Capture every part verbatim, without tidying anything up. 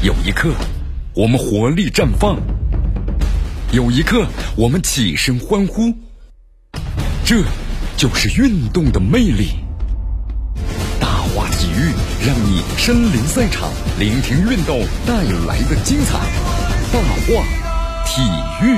有一刻我们活力绽放，有一刻我们起身欢呼，这就是运动的魅力。大话体育让你身临赛场，聆听运动带来的精彩。大话体育。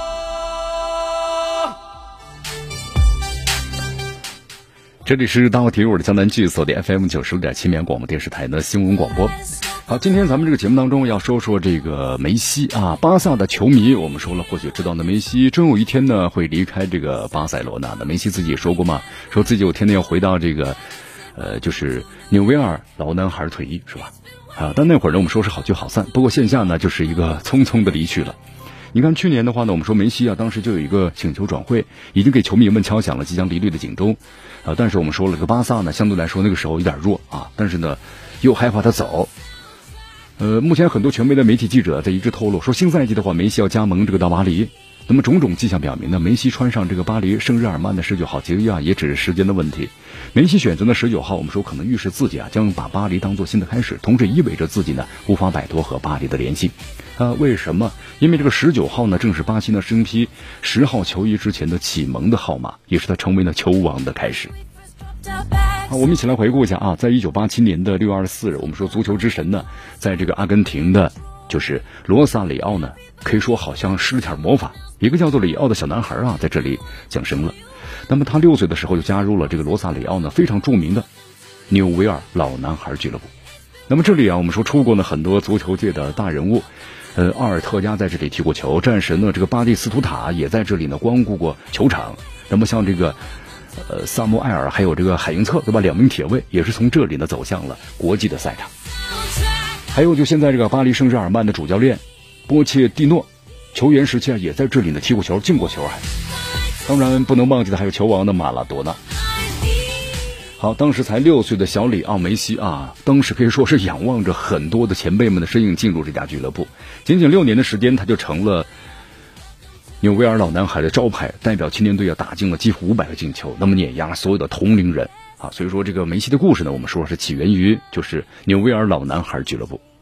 这里是大话体育，我的江南剧锁定 F M 九十六点七绵广播电视台的新闻广播。好，今天咱们这个节目当中要说说这个梅西啊，巴萨的球迷，我们说了或许知道呢，梅西终有一天呢会离开这个巴塞罗那的。梅西自己也说过嘛，说自己有天呢要回到这个呃，就是纽维尔老男孩退役，是吧？啊，但那会儿呢我们说是好聚好散，不过线下呢就是一个匆匆的离去了。你看去年的话呢，我们说梅西啊，当时就有一个请求转会，已经给球迷们敲响了即将离队的警钟啊。但是我们说了，这个巴萨呢，相对来说那个时候有点弱啊，但是呢，又害怕他走。呃，目前很多权威的媒体记者在一致透露说，新赛季的话，梅西要加盟这个大巴黎。那么种种迹象表明呢，梅西穿上这个巴黎圣日耳曼的十九号球衣啊，也只是时间的问题。梅西选择的十九号，我们说可能预示自己啊，将把巴黎当作新的开始，同时意味着自己呢无法摆脱和巴黎的联系。啊，为什么？因为这个十九号呢，正是巴西呢身披十号球衣之前的启蒙的号码，也是他成为了球王的开始。好，我们一起来回顾一下啊，在一九八七年的六月二十四日，我们说足球之神呢，在这个阿根廷的，就是罗萨里奥呢，可以说好像施了点魔法，一个叫做里奥的小男孩啊，在这里降生了。那么他六岁的时候就加入了这个罗萨里奥呢非常著名的纽维尔老男孩俱乐部。那么这里啊，我们说出过呢很多足球界的大人物。呃，奥尔特加在这里踢过球，战神呢，这个巴蒂斯图塔也在这里呢光顾过球场。那么像这个呃萨穆埃尔还有这个海因策，对吧？两名铁卫也是从这里呢走向了国际的赛场。还有就现在这个巴黎圣日耳曼的主教练波切蒂诺，球员时期啊也在这里呢踢过球，进过球还。当然不能忘记的还有球王的马拉多纳。好，当时才六岁的小里奥梅西啊，当时可以说是仰望着很多的前辈们的身影进入这家俱乐部。仅仅六年的时间，他就成了纽维尔老男孩的招牌，代表青年队啊打进了几乎五百个进球，那么碾压所有的同龄人啊。所以说这个梅西的故事呢，我们说是起源于就是纽维尔老男孩俱乐部。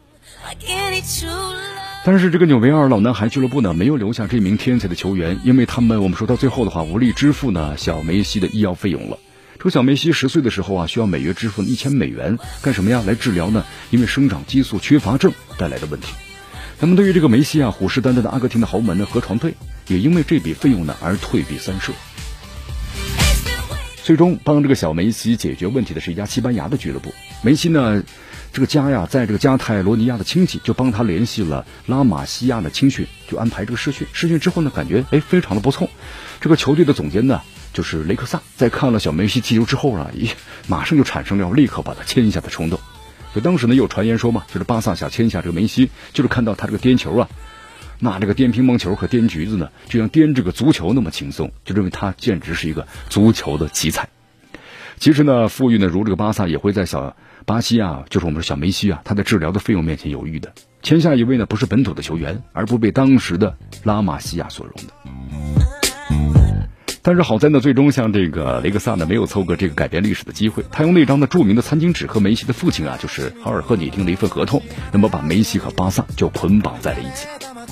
但是这个纽维尔老男孩俱乐部呢，没有留下这名天才的球员，因为他们我们说到最后的话，无力支付呢小梅西的医药费用了。这个小梅西十岁的时候啊，需要每月支付一千美元，干什么呀？来治疗呢因为生长激素缺乏症带来的问题。那么对于这个梅西啊，虎视眈眈的阿根廷的豪门呢河床队，也因为这笔费用呢而退避三舍。最终帮这个小梅西解决问题的是一家西班牙的俱乐部。梅西呢这个家呀，在这个加泰罗尼亚的亲戚就帮他联系了拉玛西亚的青训，就安排这个试训。试训之后呢，感觉哎非常的不错。这个球队的总监呢，就是雷克萨，在看了小梅西踢球之后啊，咦，马上就产生了要立刻把他签下的冲动。就当时呢，有传言说嘛，就是巴萨想签下这个梅西，就是看到他这个颠球啊，那这个颠乒乓球和颠橘子呢，就像颠这个足球那么轻松，就认为他简直是一个足球的奇才。其实呢，富裕呢如这个巴萨也会在小巴西啊，就是我们说小梅西啊，他在治疗的费用面前犹豫的，签下一位呢不是本土的球员，而不被当时的拉玛西亚所容的。但是好在呢，最终像这个雷克萨呢没有错过这个改变历史的机会，他用那张的著名的餐巾纸和梅西的父亲啊，就是豪尔赫拟定了一份合同，那么把梅西和巴萨就捆绑在了一起。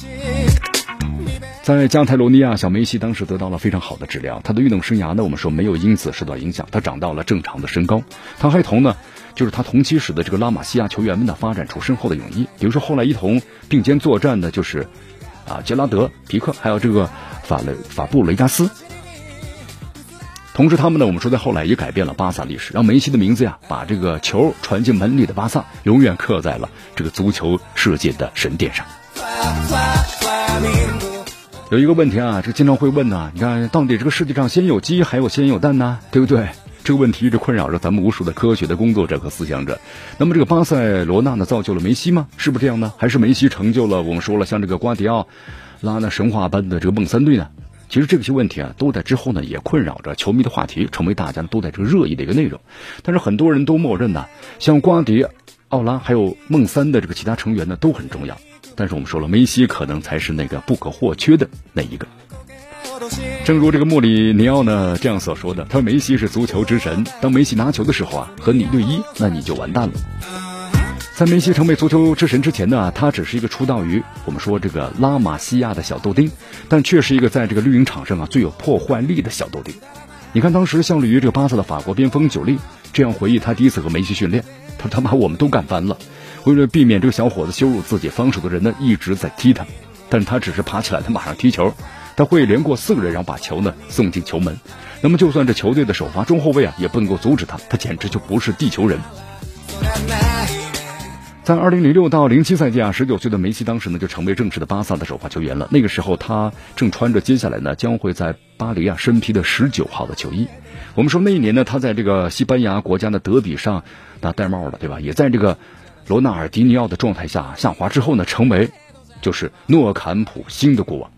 在加泰罗尼亚，小梅西当时得到了非常好的治疗，他的运动生涯呢，我们说没有因此受到影响，他长到了正常的身高。他还同呢，就是他同期时的这个拉玛西亚球员们呢，发展出深厚的友谊。比如说后来一同并肩作战的，就是啊杰拉德、皮克，还有这个法雷法布雷加斯。同时他们呢，我们说在后来也改变了巴萨历史，让梅西的名字呀，把这个球传进门里的巴萨，永远刻在了这个足球世界的神殿上。有一个问题啊，这经常会问呢，你看到底这个世界上先有鸡还有先有蛋呢，对不对？这个问题一直困扰着咱们无数的科学的工作者和思想者。那么这个巴塞罗那呢，造就了梅西吗？是不是这样呢？还是梅西成就了我们说了像这个瓜迪奥拉那神话般的这个梦三队呢？其实这些问题啊，都在之后呢也困扰着球迷的话题，成为大家都在这个热议的一个内容。但是很多人都默认呢，像瓜迪奥拉还有梦三的这个其他成员呢都很重要。但是我们说了，梅西可能才是那个不可或缺的那一个。正如这个穆里尼奥呢这样所说的，他说梅西是足球之神，当梅西拿球的时候啊，和你对一，那你就完蛋了。 在梅西成为足球之神之前呢，他只是一个出道于我们说这个拉玛西亚的小豆丁，但却是一个在这个绿茵场上啊最有破坏力的小豆丁。你看当时效力于这个巴萨的法国边锋久利这样回忆他第一次和梅西训练，他说他把我们都干翻了，为了避免这个小伙子羞辱自己防守的人呢，一直在踢他，但是他只是爬起来他马上踢球，他会连过四个人，然后把球呢送进球门。那么就算这球队的首发中后卫啊也不能够阻止他，他简直就不是地球人。在二零零六到零七赛季啊，十九岁的梅西当时呢就成为正式的巴萨的首发球员了。那个时候他正穿着接下来呢将会在巴黎啊身披的十九号的球衣。我们说那一年呢，他在这个西班牙国家的德比上那戴帽了，对吧？也在这个罗纳尔迪尼奥的状态下下滑之后呢，成为就是诺坎普新的国王。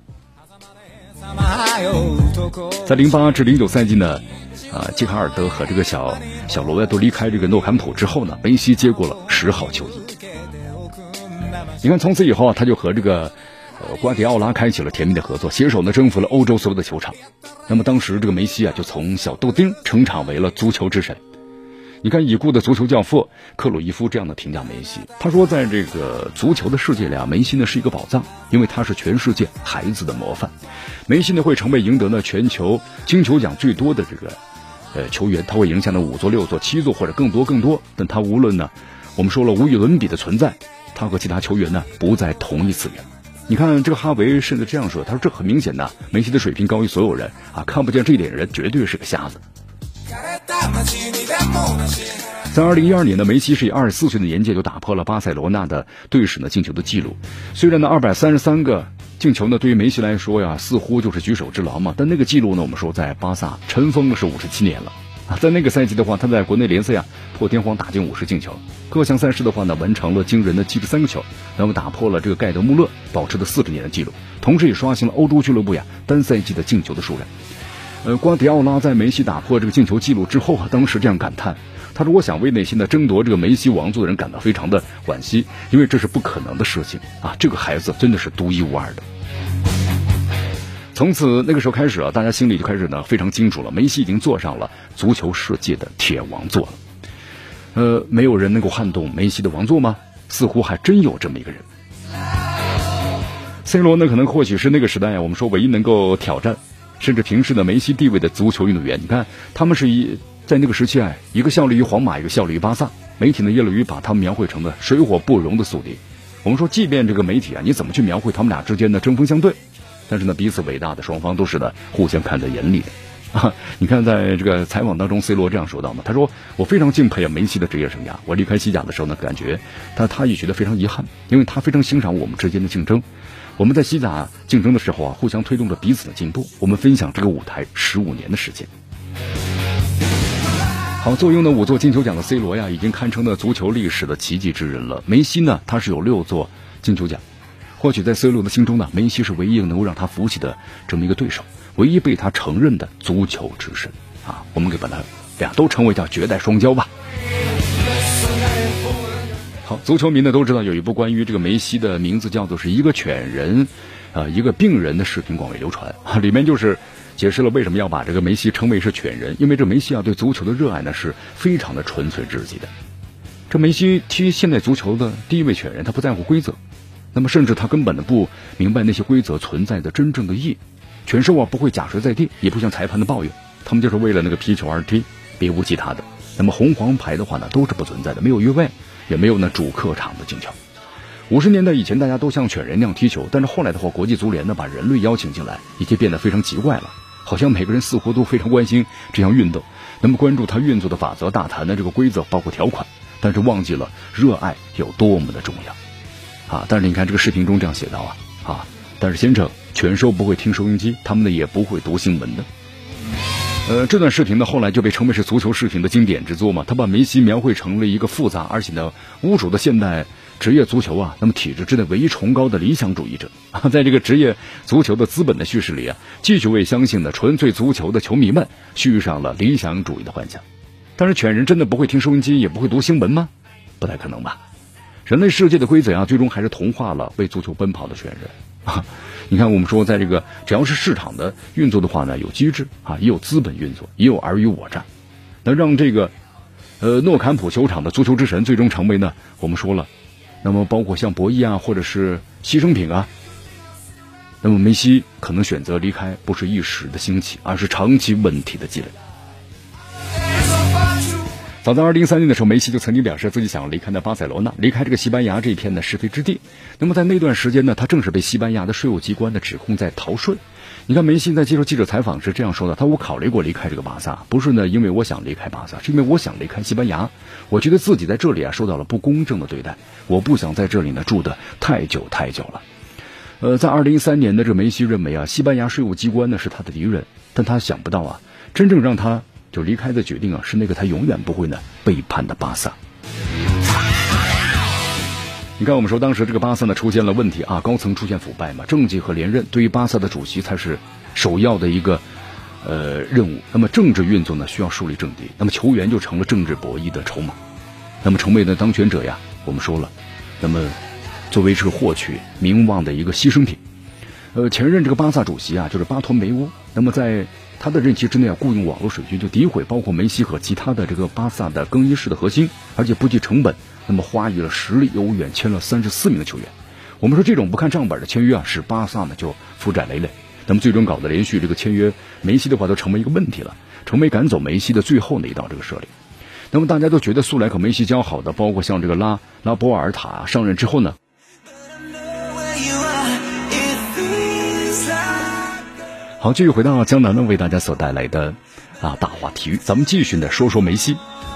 在零八至零九赛季呢，啊，基卡尔德和这个小小罗呀都离开这个诺坎普之后呢，梅西接过了十号球衣。你看，从此以后啊，他就和这个呃瓜迪奥拉开启了甜蜜的合作，携手呢征服了欧洲所有的球场。那么当时这个梅西啊，就从小豆丁成长为了足球之神。你看已故的足球教父克鲁伊夫这样的评价梅西，他说在这个足球的世界里啊，梅西呢是一个宝藏，因为他是全世界孩子的模范。梅西呢会成为赢得呢全球金球奖最多的这个呃球员，他会赢下呢五座、六座、七座或者更多更多。但他无论呢，我们说了无与伦比的存在，他和其他球员呢不在同一次元。你看这个哈维甚至这样说，他说这很明显的，梅西的水平高于所有人啊，看不见这一点人绝对是个瞎子。在二零一二年呢，梅西是以二十四岁的年纪就打破了巴塞罗那的队史呢进球的记录。虽然呢二百三十三个进球呢对于梅西来说呀似乎就是举手之劳嘛，但那个记录呢我们说在巴萨尘封了是五十七年了啊。在那个赛季的话，他在国内联赛啊破天荒打进五十进球，各项赛事的话呢完成了惊人的七十三个球，那么打破了这个盖德穆勒保持的四十年的记录，同时也刷新了欧洲俱乐部呀单赛季的进球的数量。呃，瓜迪奥拉在梅西打破这个进球记录之后啊，当时这样感叹，他说：“我想为内心的争夺这个梅西王座的人感到非常的惋惜，因为这是不可能的事情啊！这个孩子真的是独一无二的。”从此那个时候开始啊，大家心里就开始呢非常清楚了，梅西已经坐上了足球世界的铁王座了。呃，没有人能够撼动梅西的王座吗？似乎还真有这么一个人。C 罗呢，可能或许是那个时代啊，我们说唯一能够挑战甚至平视的梅西地位的足球运动员。你看他们是一在那个时期啊，一个效力于皇马，一个效力于巴萨，媒体呢耶鲁于把他们描绘成了水火不容的宿敌。我们说即便这个媒体啊，你怎么去描绘他们俩之间的针锋相对，但是呢彼此伟大的双方都是呢互相看在眼里的啊。你看在这个采访当中 C 罗这样说到嘛，他说我非常敬佩啊梅西的职业生涯，我离开西甲的时候呢感觉他他也觉得非常遗憾，因为他非常欣赏我们之间的竞争，我们在西甲竞争的时候啊，互相推动着彼此的进步，我们分享这个舞台十五年的时间。好，坐拥了五座金球奖的 C 罗呀，已经堪称了足球历史的奇迹之人了。梅西呢，他是有六座金球奖，或许在 C 罗的心中呢，梅西是唯一能够让他服气的这么一个对手，唯一被他承认的足球之神啊，我们给把他俩都称为叫绝代双骄吧。好，足球迷呢都知道有一部关于这个梅西的名字叫做是一个犬人，呃，一个病人的视频广为流传啊，里面就是解释了为什么要把这个梅西称为是犬人，因为这梅西啊对足球的热爱呢是非常的纯粹至极的。这梅西踢现代足球的第一位犬人，他不在乎规则，那么甚至他根本的不明白那些规则存在的真正的意义。犬兽啊不会假摔在地，也不向裁判的抱怨，他们就是为了那个皮球而踢，别无其他的。那么红黄牌的话呢都是不存在的，没有越位，也没有呢主客场的进球。五十年代以前大家都像犬人那样踢球，但是后来的话国际足联呢把人类邀请进来，一切变得非常奇怪了，好像每个人似乎都非常关心这项运动，那么关注它运作的法则，大谈的这个规则包括条款，但是忘记了热爱有多么的重要啊！但是你看这个视频中这样写到啊啊，但是先生，犬兽不会听收音机，他们呢也不会读新闻的。呃，这段视频呢后来就被称为是足球视频的经典之作嘛，他把梅西描绘成了一个复杂而且呢污浊的现代职业足球啊，那么体制之内唯一崇高的理想主义者啊，在这个职业足球的资本的叙事里啊，继续为相信的纯粹足球的球迷们续上了理想主义的幻想。但是犬人真的不会听收音机，也不会读新闻吗？不太可能吧。人类世界的规则啊，最终还是同化了为足球奔跑的犬人啊。你看我们说在这个只要是市场的运作的话呢，有机制啊，也有资本运作，也有尔虞我诈，能让这个呃，诺坎普球场的足球之神最终成为呢，我们说了，那么包括像博弈啊，或者是牺牲品啊，那么梅西可能选择离开，不是一时的兴起，而是长期问题的积累。早在二零一三年的时候，梅西就曾经表示自己想离开的巴塞罗那，离开这个西班牙这一片的是非之地。那么在那段时间呢，他正是被西班牙的税务机关的指控在逃税。你看梅西在接受记者采访时这样说的，他我考虑过离开这个巴萨，不是呢因为我想离开巴萨，是因为我想离开西班牙。我觉得自己在这里啊受到了不公正的对待，我不想在这里呢住得太久太久了。呃，在二零一三年的这个梅西认为啊，西班牙税务机关呢是他的敌人，但他想不到啊，真正让他就离开的决定啊，是那个他永远不会呢背叛的巴萨。你看，我们说当时这个巴萨呢出现了问题啊，高层出现腐败嘛，政绩和连任对于巴萨的主席才是首要的一个呃任务。那么政治运作呢需要树立政敌，那么球员就成了政治博弈的筹码。那么成为呢当权者呀，我们说了，那么作为这个获取名望的一个牺牲品。呃，前任这个巴萨主席啊，就是巴托梅乌，那么在他的任期之内啊，雇佣网络水军就诋毁包括梅西和其他的这个巴萨的更衣室的核心，而且不计成本，那么花于了十亿欧元签了三十四名的球员。我们说这种不看账本的签约啊，使巴萨呢就负债累累。那么最终搞得连续这个签约梅西的话都成为一个问题了，成为赶走梅西的最后那一道这个设立。那么大家都觉得素来和梅西交好的，包括像这个拉拉波尔塔上任之后呢，好，继续回到江南呢为大家所带来的啊大话体育，咱们继续呢说说梅西。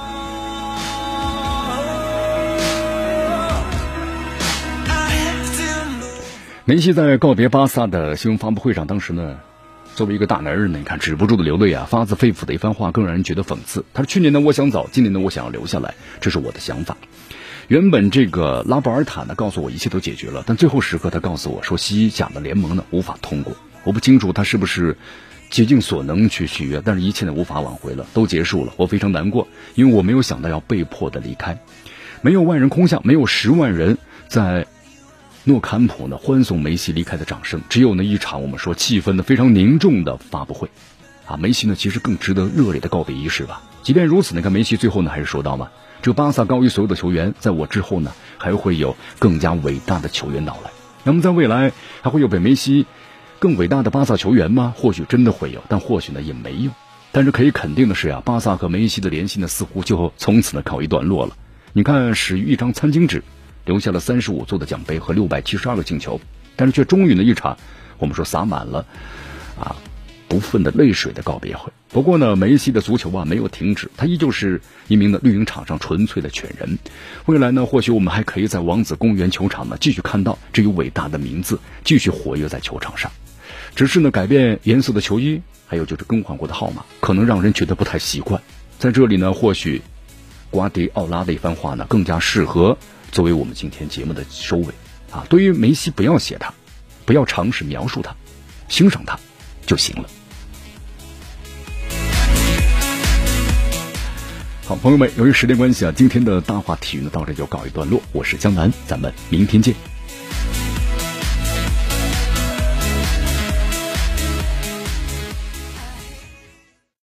梅西在告别巴萨的新闻发布会上，当时呢作为一个大男人呢，你看止不住的流泪啊，发自肺腑的一番话，更让人觉得讽刺。他说去年呢我想走，今年呢我想要留下来，这是我的想法。原本这个拉波尔塔呢告诉我一切都解决了，但最后时刻他告诉我说西甲的联盟呢无法通过。我不清楚他是不是竭尽所能去续约，但是一切呢无法挽回了，都结束了。我非常难过，因为我没有想到要被迫的离开。没有万人空巷，没有十万人在诺坎普呢欢送梅西离开的掌声，只有呢一场我们说气氛呢非常凝重的发布会啊。梅西呢其实更值得热烈的告别仪式吧。即便如此呢，看梅西最后呢还是说到嘛，这个巴萨高于所有的球员，在我之后呢还会有更加伟大的球员到来。那么在未来还会有比梅西更伟大的巴萨球员吗？或许真的会有，但或许呢也没有。但是可以肯定的是啊，巴萨和梅西的联系呢似乎就从此呢告一段落了。你看，始于一张餐巾纸，留下了三十五座的奖杯和六百七十二个进球，但是却终于呢一场我们说洒满了啊不忿的泪水的告别会。不过呢，梅西的足球啊没有停止，他依旧是一名的绿茵场上纯粹的犬人。未来呢，或许我们还可以在王子公园球场呢继续看到这一伟大的名字继续活跃在球场上。只是呢，改变颜色的球衣，还有就是更换过的号码，可能让人觉得不太习惯。在这里呢，或许瓜迪奥拉的一番话呢，更加适合作为我们今天节目的收尾啊。对于梅西，不要写他，不要尝试描述他，欣赏他就行了。好，朋友们，由于时间关系啊，今天的大话体育呢到这就告一段落。我是江南，咱们明天见。